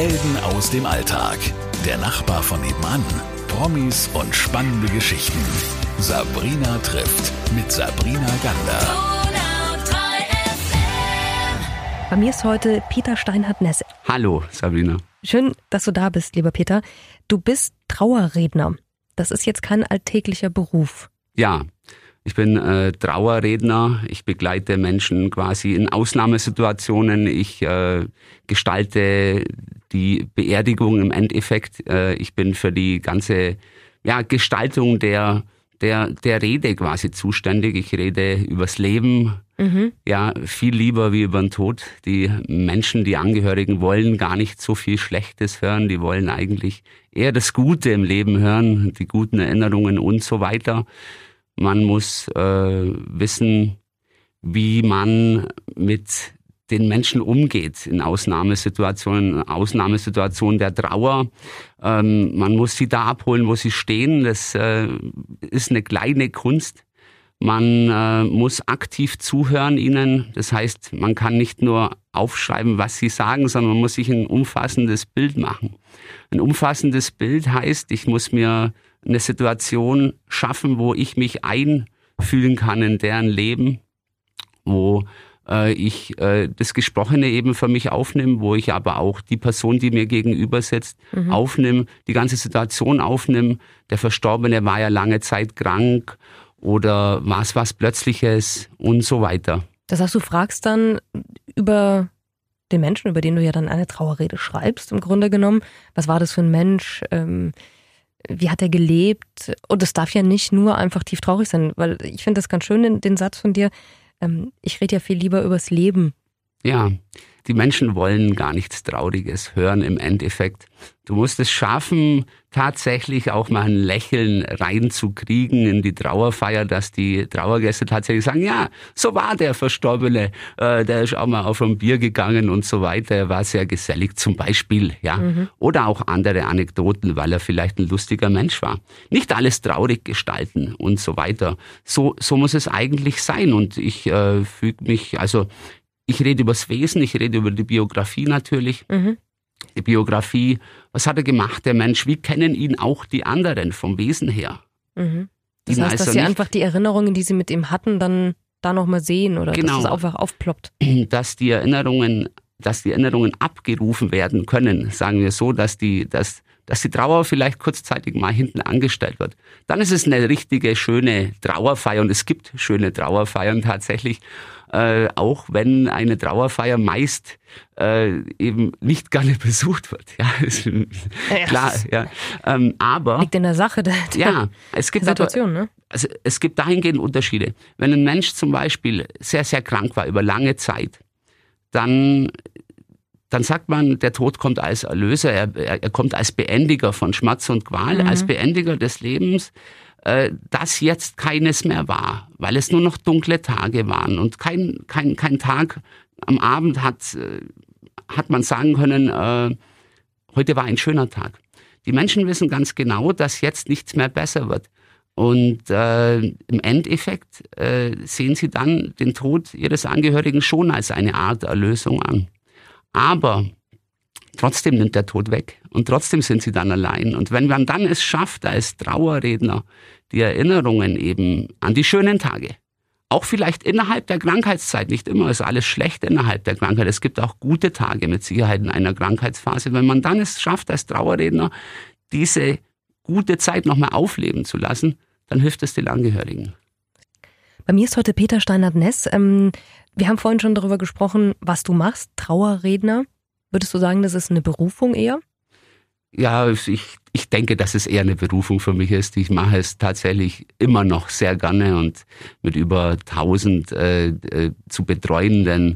Helden aus dem Alltag. Der Nachbar von nebenan. Promis und spannende Geschichten. Sabrina trifft mit Sabrina Gander. Bei mir ist heute Peter Steinhardt-Ness. Hallo Sabrina. Schön, dass du da bist, lieber Peter. Du bist Trauerredner. Das ist jetzt kein alltäglicher Beruf. Ja, ich bin Trauerredner. Ich begleite Menschen quasi in Ausnahmesituationen. Ich gestalte die Beerdigung im Endeffekt. Ich bin für die ganze Gestaltung der Rede quasi zuständig. Ich rede übers Leben, viel lieber wie über den Tod. Die Menschen, die Angehörigen wollen gar nicht so viel Schlechtes hören. Die wollen eigentlich eher das Gute im Leben hören, die guten Erinnerungen und so weiter. Man muss wissen, wie man mit den Menschen umgeht in Ausnahmesituationen der Trauer. Man muss sie da abholen, wo sie stehen. Das ist eine kleine Kunst. Man muss aktiv zuhören ihnen. Das heißt, man kann nicht nur aufschreiben, was sie sagen, sondern man muss sich ein umfassendes Bild machen. Ein umfassendes Bild heißt, ich muss mir eine Situation schaffen, wo ich mich einfühlen kann in deren Leben, wo ich das Gesprochene eben für mich aufnehme, wo ich aber auch die Person, die mir gegenüber sitzt, aufnehme, die ganze Situation aufnehme. Der Verstorbene war ja lange Zeit krank oder war es was Plötzliches und so weiter. Das heißt, du fragst dann über den Menschen, über den du ja dann eine Trauerrede schreibst, im Grunde genommen. Was war das für ein Mensch? Wie hat er gelebt? Und es darf ja nicht nur einfach tief traurig sein, weil ich finde das ganz schön, den Satz von dir, ich rede ja viel lieber übers Leben. Ja, die Menschen wollen gar nichts Trauriges hören im Endeffekt. Du musst es schaffen, tatsächlich auch mal ein Lächeln reinzukriegen in die Trauerfeier, dass die Trauergäste tatsächlich sagen, ja, so war der Verstorbene, der ist auch mal auf ein Bier gegangen und so weiter, er war sehr gesellig zum Beispiel, ja. Oder auch andere Anekdoten, weil er vielleicht ein lustiger Mensch war. Nicht alles traurig gestalten und so weiter. So muss es eigentlich sein und ich füge mich, ich rede übers Wesen, ich rede über die Biografie natürlich. Die Biografie, was hat er gemacht, der Mensch, wie kennen ihn auch die anderen vom Wesen her? Das heißt, dass sie einfach die Erinnerungen, die sie mit ihm hatten, dann da nochmal sehen oder genau, dass es einfach aufploppt. Dass die Erinnerungen abgerufen werden können, sagen wir so, dass die Trauer vielleicht kurzzeitig mal hinten angestellt wird. Dann ist es eine richtige, schöne Trauerfeier und es gibt schöne Trauerfeiern tatsächlich, auch wenn eine Trauerfeier meist eben nicht gerne besucht wird. Ja, ist klar. Ja. Aber liegt in der Sache der Situation, aber, ne? Also es gibt dahingehend Unterschiede. Wenn ein Mensch zum Beispiel sehr, sehr krank war über lange Zeit, dann sagt man, der Tod kommt als Erlöser, er kommt als Beendiger von Schmerz und Qual, als Beendiger des Lebens, das jetzt keines mehr war, weil es nur noch dunkle Tage waren und kein Tag am Abend hat man sagen können, heute war ein schöner Tag. Die Menschen wissen ganz genau, dass jetzt nichts mehr besser wird. Und im Endeffekt sehen sie dann den Tod ihres Angehörigen schon als eine Art Erlösung an. Aber trotzdem nimmt der Tod weg und trotzdem sind sie dann allein. Und wenn man dann es schafft, als Trauerredner die Erinnerungen eben an die schönen Tage, auch vielleicht innerhalb der Krankheitszeit, nicht immer ist alles schlecht innerhalb der Krankheit, es gibt auch gute Tage mit Sicherheit in einer Krankheitsphase, wenn man dann es schafft, als Trauerredner diese gute Zeit nochmal aufleben zu lassen, dann hilft es den Angehörigen. Bei mir ist heute Peter Steinhardt-Ness. Wir haben vorhin schon darüber gesprochen, was du machst, Trauerredner. Würdest du sagen, das ist eine Berufung eher? Ja, ich denke, dass es eher eine Berufung für mich ist. Ich mache es tatsächlich immer noch sehr gerne und mit über 1000 zu betreuenden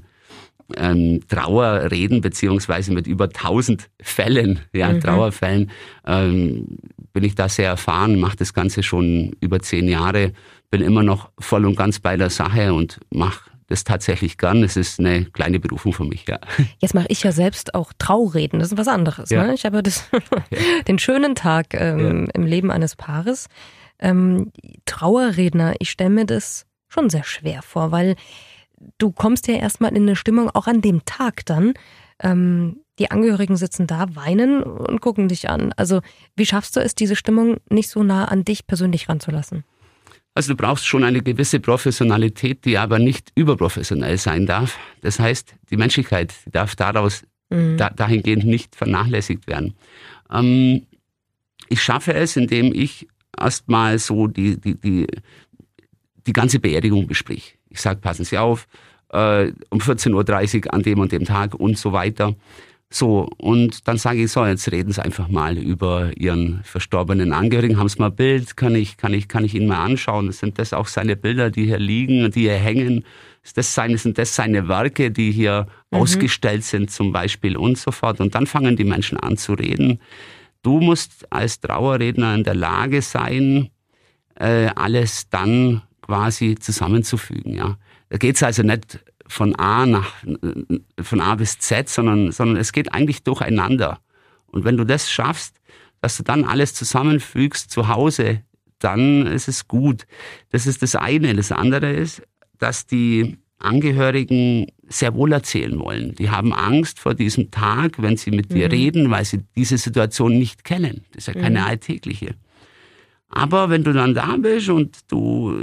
Trauerreden beziehungsweise mit über 1000 Fällen, Trauerfällen, bin ich da sehr erfahren, mache das Ganze schon über 10 Jahre, bin immer noch voll und ganz bei der Sache und mache das tatsächlich gern. Es ist eine kleine Berufung für mich, ja. Jetzt mache ich ja selbst auch Traureden, das ist was anderes. Ja. Ne? Ich habe den schönen Tag im Leben eines Paares. Trauerredner, ich stelle mir das schon sehr schwer vor, weil du kommst ja erstmal in eine Stimmung, auch an dem Tag dann, Die Angehörigen sitzen da, weinen und gucken dich an. Also wie schaffst du es, diese Stimmung nicht so nah an dich persönlich ranzulassen? Also du brauchst schon eine gewisse Professionalität, die aber nicht überprofessionell sein darf. Das heißt, die Menschlichkeit darf daraus dahingehend nicht vernachlässigt werden. Ich schaffe es, indem ich erstmal so die ganze Beerdigung besprich. Ich sage, passen Sie auf, um 14.30 Uhr an dem und dem Tag und so weiter. So, und dann sage ich so, jetzt reden Sie einfach mal über Ihren verstorbenen Angehörigen. Haben Sie mal ein Bild? Kann ich Ihnen mal anschauen? Sind das auch seine Bilder, die hier liegen, die hier hängen? Sind das seine Werke, die hier ausgestellt sind zum Beispiel und so fort? Und dann fangen die Menschen an zu reden. Du musst als Trauerredner in der Lage sein, alles dann quasi zusammenzufügen. Ja, da geht's also nicht von A bis Z, sondern es geht eigentlich durcheinander. Und wenn du das schaffst, dass du dann alles zusammenfügst zu Hause, dann ist es gut. Das ist das eine. Das andere ist, dass die Angehörigen sehr wohl erzählen wollen. Die haben Angst vor diesem Tag, wenn sie mit dir reden, weil sie diese Situation nicht kennen. Das ist ja keine alltägliche. Aber wenn du dann da bist und du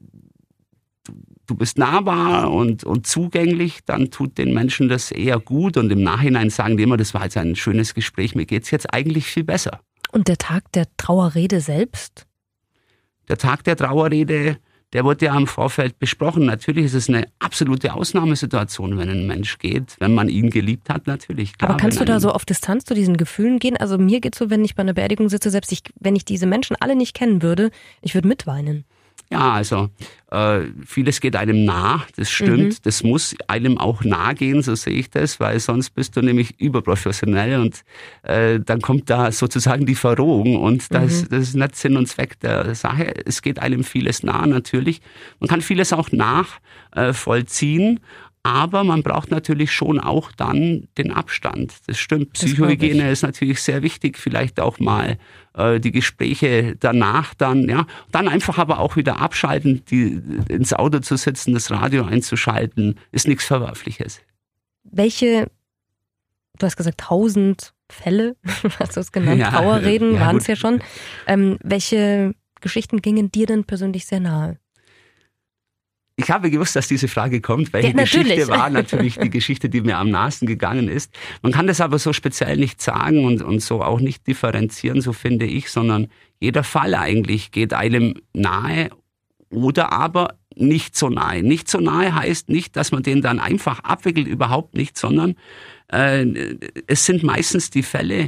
bist nahbar und zugänglich, dann tut den Menschen das eher gut und im Nachhinein sagen die immer, das war jetzt ein schönes Gespräch, mir geht's jetzt eigentlich viel besser. Und der Tag der Trauerrede selbst? Der Tag der Trauerrede, der wurde ja im Vorfeld besprochen. Natürlich ist es eine absolute Ausnahmesituation, wenn ein Mensch geht, wenn man ihn geliebt hat, natürlich. Klar, aber kannst du da so auf Distanz zu diesen Gefühlen gehen? Also mir geht's so, wenn ich bei einer Beerdigung sitze, selbst wenn ich diese Menschen alle nicht kennen würde, ich würde mitweinen. Ja, also vieles geht einem nah, das stimmt. Das muss einem auch nahe gehen, so sehe ich das, weil sonst bist du nämlich überprofessionell und dann kommt da sozusagen die Verrohung und das ist nicht Sinn und Zweck der Sache. Es geht einem vieles nah, natürlich. Man kann vieles auch nachvollziehen, aber man braucht natürlich schon auch dann den Abstand. Das stimmt. Psychohygiene ist natürlich sehr wichtig. Vielleicht auch mal die Gespräche danach dann, ja. Dann einfach aber auch wieder abschalten, ins Auto zu sitzen, das Radio einzuschalten, ist nichts Verwerfliches. Du hast gesagt 1000 Fälle, hast du es genannt, ja, Trauerreden waren es ja schon. Welche Geschichten gingen dir denn persönlich sehr nahe? Ich habe gewusst, dass diese Frage kommt, welche Geschichte war natürlich die Geschichte, die mir am nahesten gegangen ist. Man kann das aber so speziell nicht sagen und so auch nicht differenzieren, so finde ich, sondern jeder Fall eigentlich geht einem nahe oder aber nicht so nahe. Nicht so nahe heißt nicht, dass man den dann einfach abwickelt, überhaupt nicht, sondern es sind meistens die Fälle,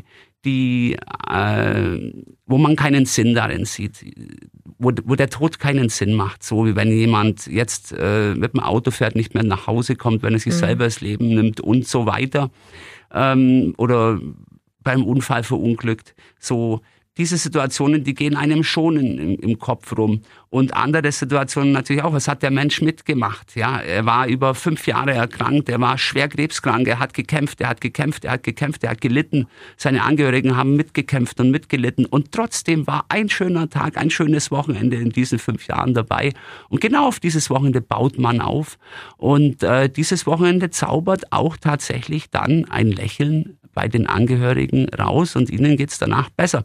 wo man keinen Sinn darin sieht, wo der Tod keinen Sinn macht, so wie wenn jemand jetzt mit dem Auto fährt, nicht mehr nach Hause kommt, wenn er sich selber das Leben nimmt und so weiter, oder beim Unfall verunglückt, so. Diese Situationen, die gehen einem schon im Kopf rum. Und andere Situationen natürlich auch. Was hat der Mensch mitgemacht? Ja, er war über 5 Jahre erkrankt, er war schwer krebskrank, er hat gekämpft, er hat gelitten. Seine Angehörigen haben mitgekämpft und mitgelitten. Und trotzdem war ein schöner Tag, ein schönes Wochenende in diesen 5 Jahren dabei. Und genau auf dieses Wochenende baut man auf. Und dieses Wochenende zaubert auch tatsächlich dann ein Lächeln bei den Angehörigen raus und ihnen geht's danach besser.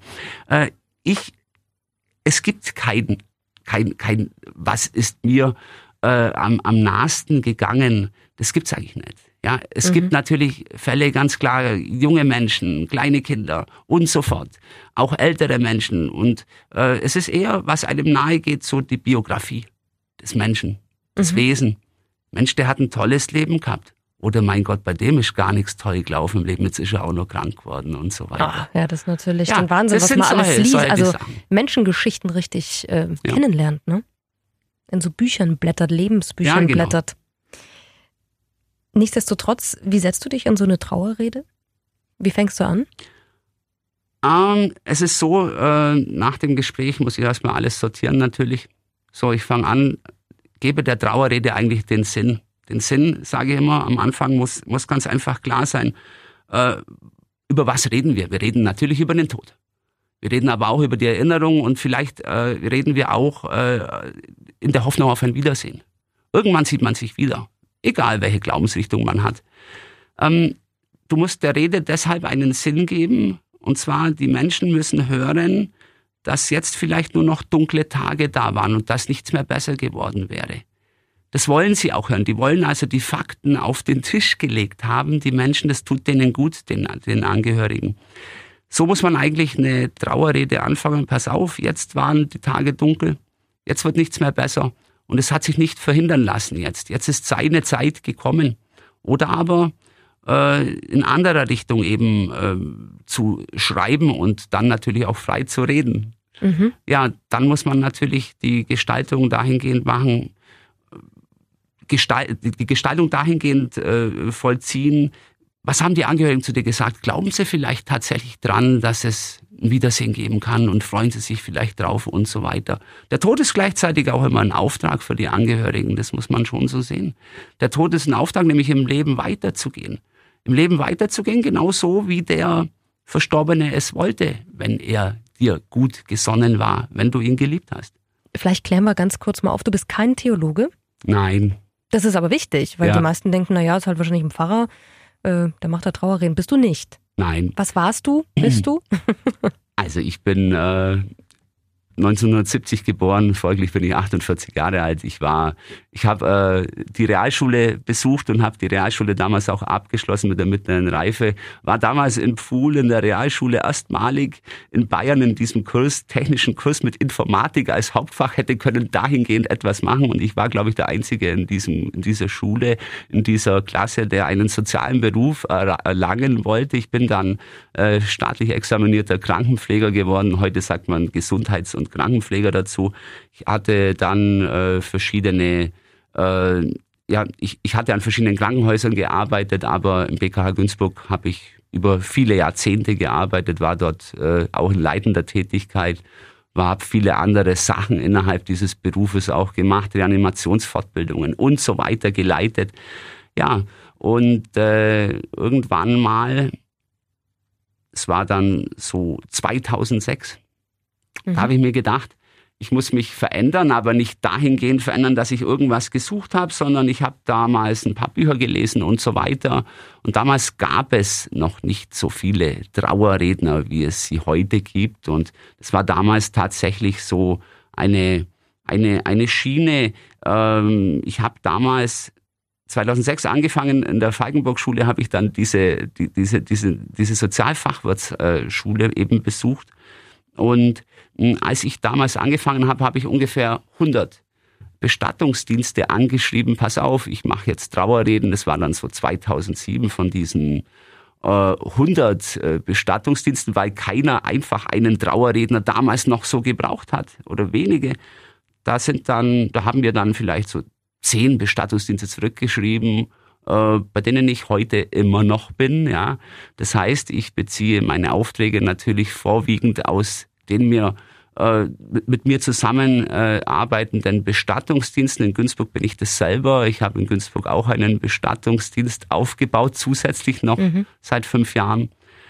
Es gibt kein was ist mir am nahesten gegangen, das gibt's eigentlich nicht. Ja, es gibt natürlich Fälle, ganz klar, junge Menschen, kleine Kinder und so fort, auch ältere Menschen und es ist eher, was einem nahe geht, so die Biografie des Menschen, das Wesen. Mensch, der hat ein tolles Leben gehabt. Oder mein Gott, bei dem ist gar nichts toll gelaufen im Leben, jetzt ist er auch noch krank geworden und so weiter. Ja, das ist natürlich ein Wahnsinn, was man alles liest. Also Menschengeschichten richtig kennenlernt, ne? In so Büchern blättert, Lebensbüchern blättert. Nichtsdestotrotz, wie setzt du dich in so eine Trauerrede? Wie fängst du an? Es ist so, nach dem Gespräch muss ich erstmal alles sortieren natürlich. So, ich fange an, gebe der Trauerrede eigentlich den Sinn. Den Sinn, sage ich immer, am Anfang muss ganz einfach klar sein, über was reden wir? Wir reden natürlich über den Tod. Wir reden aber auch über die Erinnerung und vielleicht reden wir auch in der Hoffnung auf ein Wiedersehen. Irgendwann sieht man sich wieder, egal welche Glaubensrichtung man hat. du musst der Rede deshalb einen Sinn geben. Und zwar, die Menschen müssen hören, dass jetzt vielleicht nur noch dunkle Tage da waren und dass nichts mehr besser geworden wäre. Das wollen sie auch hören. Die wollen also die Fakten auf den Tisch gelegt haben. Die Menschen, das tut denen gut, den Angehörigen. So muss man eigentlich eine Trauerrede anfangen. Pass auf, jetzt waren die Tage dunkel, jetzt wird nichts mehr besser. Und es hat sich nicht verhindern lassen jetzt. Jetzt ist seine Zeit gekommen. Oder aber in anderer Richtung eben zu schreiben und dann natürlich auch frei zu reden. Mhm. Ja, dann muss man natürlich die Gestaltung dahingehend machen, die Gestaltung dahingehend vollziehen. Was haben die Angehörigen zu dir gesagt? Glauben sie vielleicht tatsächlich dran, dass es ein Wiedersehen geben kann und freuen sie sich vielleicht drauf und so weiter? Der Tod ist gleichzeitig auch immer ein Auftrag für die Angehörigen, das muss man schon so sehen. Der Tod ist ein Auftrag, nämlich im Leben weiterzugehen. Im Leben weiterzugehen, genauso wie der Verstorbene es wollte, wenn er dir gut gesonnen war, wenn du ihn geliebt hast. Vielleicht klären wir ganz kurz mal auf, du bist kein Theologe? Nein. Das ist aber wichtig, weil die meisten denken, naja, ist halt wahrscheinlich ein Pfarrer, der macht da Trauerreden. Bist du nicht? Nein. Was warst du? Bist du? Also ich bin 1970 geboren, folglich bin ich 48 Jahre alt. Ich habe die Realschule besucht und habe die Realschule damals auch abgeschlossen mit der mittleren Reife. War damals in Pfuhl in der Realschule erstmalig in Bayern in diesem Kurs, technischen Kurs mit Informatik als Hauptfach, hätte können dahingehend etwas machen. Und ich war, glaube ich, der Einzige in dieser Schule, in dieser Klasse, der einen sozialen Beruf erlangen wollte. Ich bin dann staatlich examinierter Krankenpfleger geworden. Heute sagt man Gesundheits- und Krankenpfleger dazu. Ich hatte dann verschiedene, ich hatte an verschiedenen Krankenhäusern gearbeitet, aber im BKH Günzburg habe ich über viele Jahrzehnte gearbeitet, war dort auch in leitender Tätigkeit, habe viele andere Sachen innerhalb dieses Berufes auch gemacht, Reanimationsfortbildungen und so weiter geleitet. Ja, und irgendwann mal, es war dann so 2006, da habe ich mir gedacht, ich muss mich verändern, aber nicht dahingehend verändern, dass ich irgendwas gesucht habe, sondern ich habe damals ein paar Bücher gelesen und so weiter. Und damals gab es noch nicht so viele Trauerredner, wie es sie heute gibt. Und es war damals tatsächlich so eine Schiene. Ich habe damals 2006 angefangen, in der Feigenburg-Schule habe ich dann diese Sozialfachwirtsschule eben besucht. Und als ich damals angefangen habe, habe ich ungefähr 100 Bestattungsdienste angeschrieben. Pass auf, ich mache jetzt Trauerreden. Das war dann so 2007 von diesen 100 Bestattungsdiensten, weil keiner einfach einen Trauerredner damals noch so gebraucht hat oder wenige. Da haben wir dann vielleicht so 10 Bestattungsdienste zurückgeschrieben, bei denen ich heute immer noch bin. Ja, das heißt, ich beziehe meine Aufträge natürlich vorwiegend aus den mit mir zusammen arbeitenden Bestattungsdiensten. In Günzburg bin ich das selber. Ich habe in Günzburg auch einen Bestattungsdienst aufgebaut, zusätzlich noch seit 5 Jahren.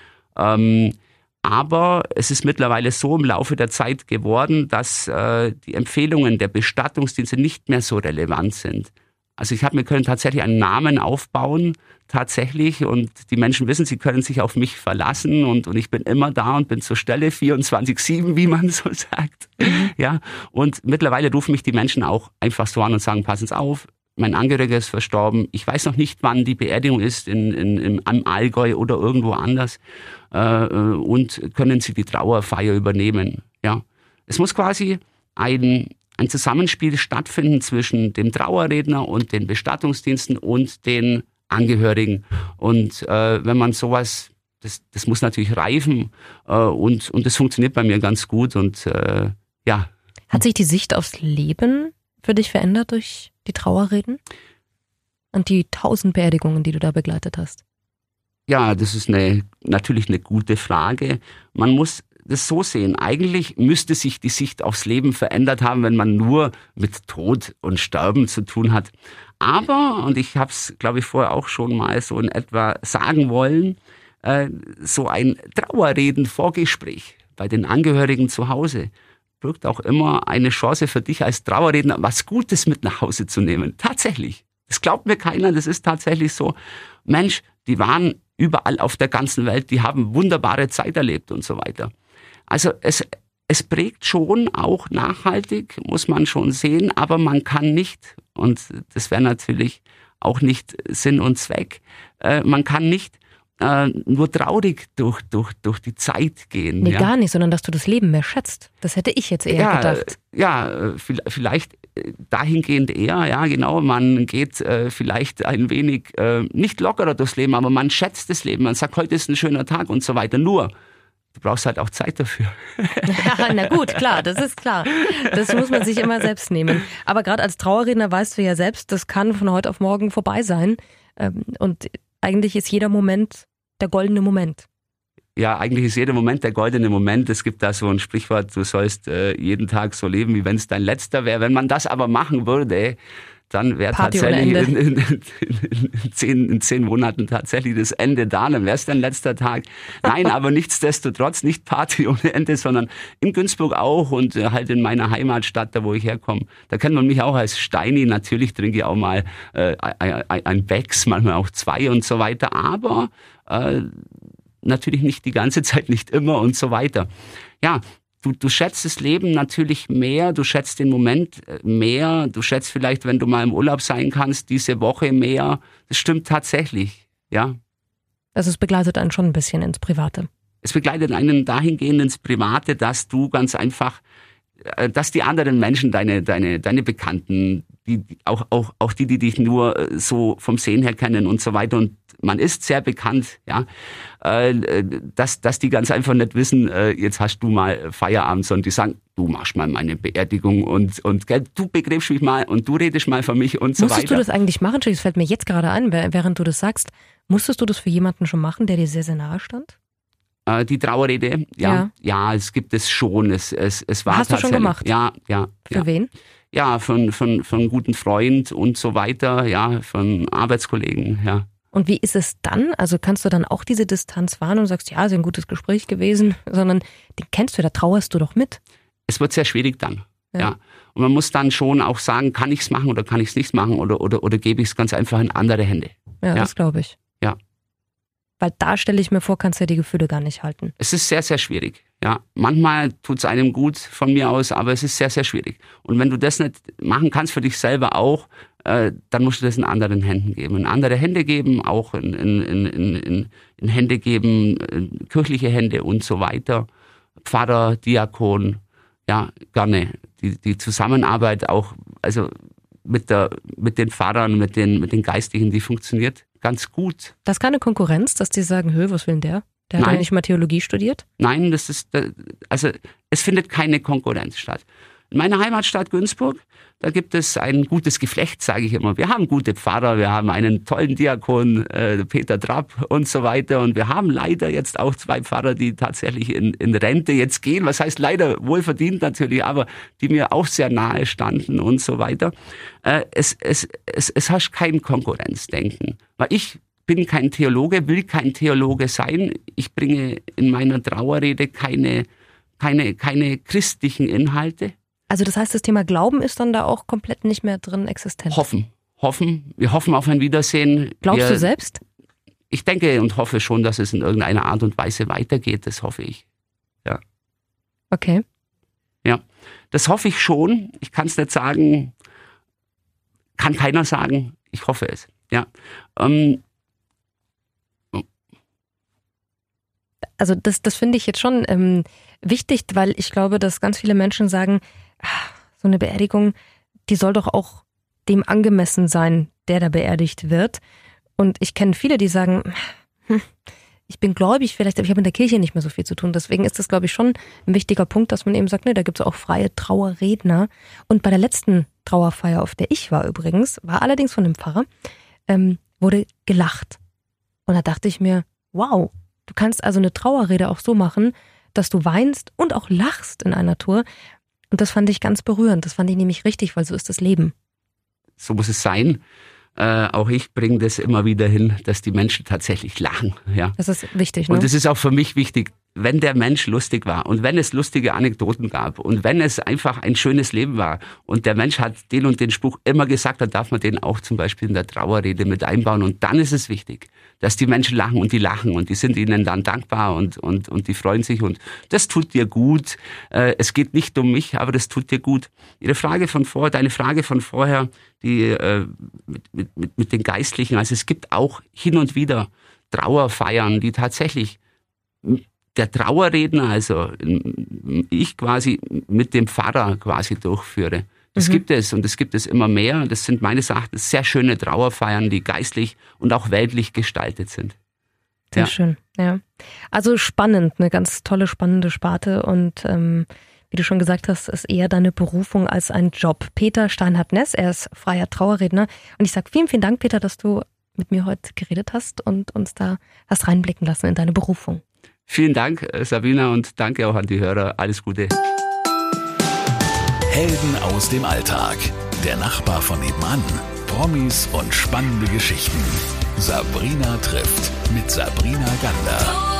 Aber es ist mittlerweile so im Laufe der Zeit geworden, dass die Empfehlungen der Bestattungsdienste nicht mehr so relevant sind. Also wir können tatsächlich einen Namen aufbauen, tatsächlich, und die Menschen wissen, sie können sich auf mich verlassen und ich bin immer da und bin zur Stelle 24/7, wie man so sagt. Ja, und mittlerweile rufen mich die Menschen auch einfach so an und sagen, passen Sie auf, mein Angehöriger ist verstorben, ich weiß noch nicht, wann die Beerdigung ist am Allgäu oder irgendwo anders, und können Sie die Trauerfeier übernehmen. Ja, es muss quasi ein Zusammenspiel stattfinden zwischen dem Trauerredner und den Bestattungsdiensten und den Angehörigen. Und wenn man sowas, das muss natürlich reifen, und das funktioniert bei mir ganz gut. Und ja. Hat sich die Sicht aufs Leben für dich verändert durch die Trauerreden und die 1000 Beerdigungen, die du da begleitet hast? Ja, das ist natürlich eine gute Frage. Man muss das so sehen. Eigentlich müsste sich die Sicht aufs Leben verändert haben, wenn man nur mit Tod und Sterben zu tun hat. Aber, und ich habe es, glaube ich, vorher auch schon mal so in etwa sagen wollen, so ein Trauerreden-Vorgespräch bei den Angehörigen zu Hause birgt auch immer eine Chance für dich als Trauerredner, was Gutes mit nach Hause zu nehmen. Tatsächlich. Das glaubt mir keiner, das ist tatsächlich so. Mensch, die waren überall auf der ganzen Welt, die haben wunderbare Zeit erlebt und so weiter. Also es prägt schon auch nachhaltig, muss man schon sehen, aber man kann nicht, und das wäre natürlich auch nicht Sinn und Zweck, man kann nicht nur traurig durch die Zeit gehen. Nee, gar nicht, sondern dass du das Leben mehr schätzt. Das hätte ich jetzt eher gedacht. Ja, vielleicht dahingehend eher, ja genau, man geht vielleicht ein wenig nicht lockerer durchs Leben, aber man schätzt das Leben, man sagt, heute ist ein schöner Tag und so weiter. Nur, du brauchst halt auch Zeit dafür. Ja, na gut, klar, das ist klar. Das muss man sich immer selbst nehmen. Aber gerade als Trauerredner weißt du ja selbst, das kann von heute auf morgen vorbei sein. Und eigentlich ist jeder Moment der goldene Moment. Ja, eigentlich ist jeder Moment der goldene Moment. Es gibt da so ein Sprichwort, du sollst jeden Tag so leben, wie wenn es dein letzter wäre. Wenn man das aber machen würde, dann wäre tatsächlich in 10 Monaten tatsächlich das Ende da, dann wäre es dein letzter Tag. Nein, aber nichtsdestotrotz nicht Party ohne Ende, sondern in Günzburg auch und halt in meiner Heimatstadt, da wo ich herkomme. Da kennt man mich auch als Steini. Natürlich trinke ich auch mal ein Becks, manchmal auch 2 und so weiter, aber natürlich nicht die ganze Zeit, nicht immer und so weiter. Ja, du schätzt das Leben natürlich mehr, du schätzt den Moment mehr, du schätzt vielleicht, wenn du mal im Urlaub sein kannst, diese Woche mehr. Das stimmt tatsächlich, ja. Also es begleitet einen schon ein bisschen ins Private. Es begleitet einen dahingehend ins Private, dass du ganz einfach, dass die anderen Menschen, deine Bekannten, auch die dich nur so vom Sehen her kennen und so weiter, und man ist sehr bekannt, ja, dass die ganz einfach nicht wissen, jetzt hast du mal Feierabend, sondern die sagen, du machst mal meine Beerdigung und du begräbst mich mal und du redest mal für mich und so weiter. Musstest du das eigentlich machen? Das fällt mir jetzt gerade ein, während du das sagst. Musstest du das für jemanden schon machen, der dir sehr, sehr nahe stand? Die Trauerrede, ja, es gibt es schon. Es war Hast du schon gemacht? Ja. Für wen? Ja, von einem guten Freund und so weiter, ja, von Arbeitskollegen, ja. Und wie ist es dann? Also kannst du dann auch diese Distanz wahren und sagst, ja, ist ein gutes Gespräch gewesen, sondern den kennst du, da trauerst du doch mit. Es wird sehr schwierig dann, ja. Und man muss dann schon auch sagen, kann ich es machen oder kann ich es nicht machen oder gebe ich es ganz einfach in andere Hände. Ja, das glaube ich. Ja. Weil da stelle ich mir vor, kannst du ja die Gefühle gar nicht halten. Es ist sehr, sehr schwierig. Ja, manchmal tut es einem gut von mir aus, aber es ist sehr, sehr schwierig. Und wenn du das nicht machen kannst für dich selber auch, dann musst du das in anderen Händen geben. In andere Hände geben, auch in Hände geben, in kirchliche Hände und so weiter. Pfarrer, Diakon, ja, gerne. Die Zusammenarbeit auch, also mit den Pfarrern, mit den Geistlichen, die funktioniert ganz gut. Das ist keine Konkurrenz, dass die sagen, was will denn der? Der hat ja nicht mal Theologie studiert? Nein, es findet keine Konkurrenz statt. In meiner Heimatstadt Günzburg, da gibt es ein gutes Geflecht, sage ich immer. Wir haben gute Pfarrer, wir haben einen tollen Diakon, Peter Trapp und so weiter. Und wir haben leider jetzt auch 2 Pfarrer, die tatsächlich in Rente jetzt gehen. Was heißt leider, wohlverdient natürlich, aber die mir auch sehr nahe standen und so weiter. Es herrscht kein Konkurrenzdenken. Weil ich bin kein Theologe, will kein Theologe sein. Ich bringe in meiner Trauerrede keine christlichen Inhalte. Also das heißt, das Thema Glauben ist dann da auch komplett nicht mehr drin existent? Hoffen. Wir hoffen auf ein Wiedersehen. Glaubst du selbst? Ich denke und hoffe schon, dass es in irgendeiner Art und Weise weitergeht. Das hoffe ich. Ja. Okay. Ja, das hoffe ich schon. Ich kann es nicht sagen. Kann keiner sagen. Ich hoffe es. Ja. Also das finde ich jetzt schon wichtig, weil ich glaube, dass ganz viele Menschen sagen, so eine Beerdigung, die soll doch auch dem angemessen sein, der da beerdigt wird. Und ich kenne viele, die sagen, ich bin gläubig vielleicht, aber ich habe in der Kirche nicht mehr so viel zu tun. Deswegen ist das, glaube ich, schon ein wichtiger Punkt, dass man eben sagt, ne, da gibt es auch freie Trauerredner. Und bei der letzten Trauerfeier, auf der ich war übrigens, war allerdings von dem Pfarrer, wurde gelacht. Und da dachte ich mir, wow, du kannst also eine Trauerrede auch so machen, dass du weinst und auch lachst in einer Tour. Und das fand ich ganz berührend. Das fand ich nämlich richtig, weil so ist das Leben. So muss es sein. Auch ich bringe das immer wieder hin, dass die Menschen tatsächlich lachen. Ja. Das ist wichtig, ne? Und es ist auch für mich wichtig, wenn der Mensch lustig war und wenn es lustige Anekdoten gab und wenn es einfach ein schönes Leben war und der Mensch hat den und den Spruch immer gesagt, dann darf man den auch zum Beispiel in der Trauerrede mit einbauen. Und dann ist es wichtig, dass die Menschen lachen und die sind ihnen dann dankbar und die freuen sich und das tut dir gut. Es geht nicht um mich, aber das tut dir gut. Deine Frage von vorher, die mit den Geistlichen, also es gibt auch hin und wieder Trauerfeiern, die tatsächlich der Trauerredner, also ich quasi mit dem Pfarrer quasi durchführe. Das gibt es und es gibt es immer mehr. Das sind meines Erachtens sehr schöne Trauerfeiern, die geistlich und auch weltlich gestaltet sind. Sehr schön, ja. Also spannend, eine ganz tolle, spannende Sparte und wie du schon gesagt hast, ist eher deine Berufung als ein Job. Peter Steinhardt-Ness, er ist freier Trauerredner und ich sage vielen, vielen Dank, Peter, dass du mit mir heute geredet hast und uns da hast reinblicken lassen in deine Berufung. Vielen Dank, Sabrina, und danke auch an die Hörer. Alles Gute. Helden aus dem Alltag. Der Nachbar von nebenan. Promis und spannende Geschichten. Sabrina trifft mit Sabrina Gander.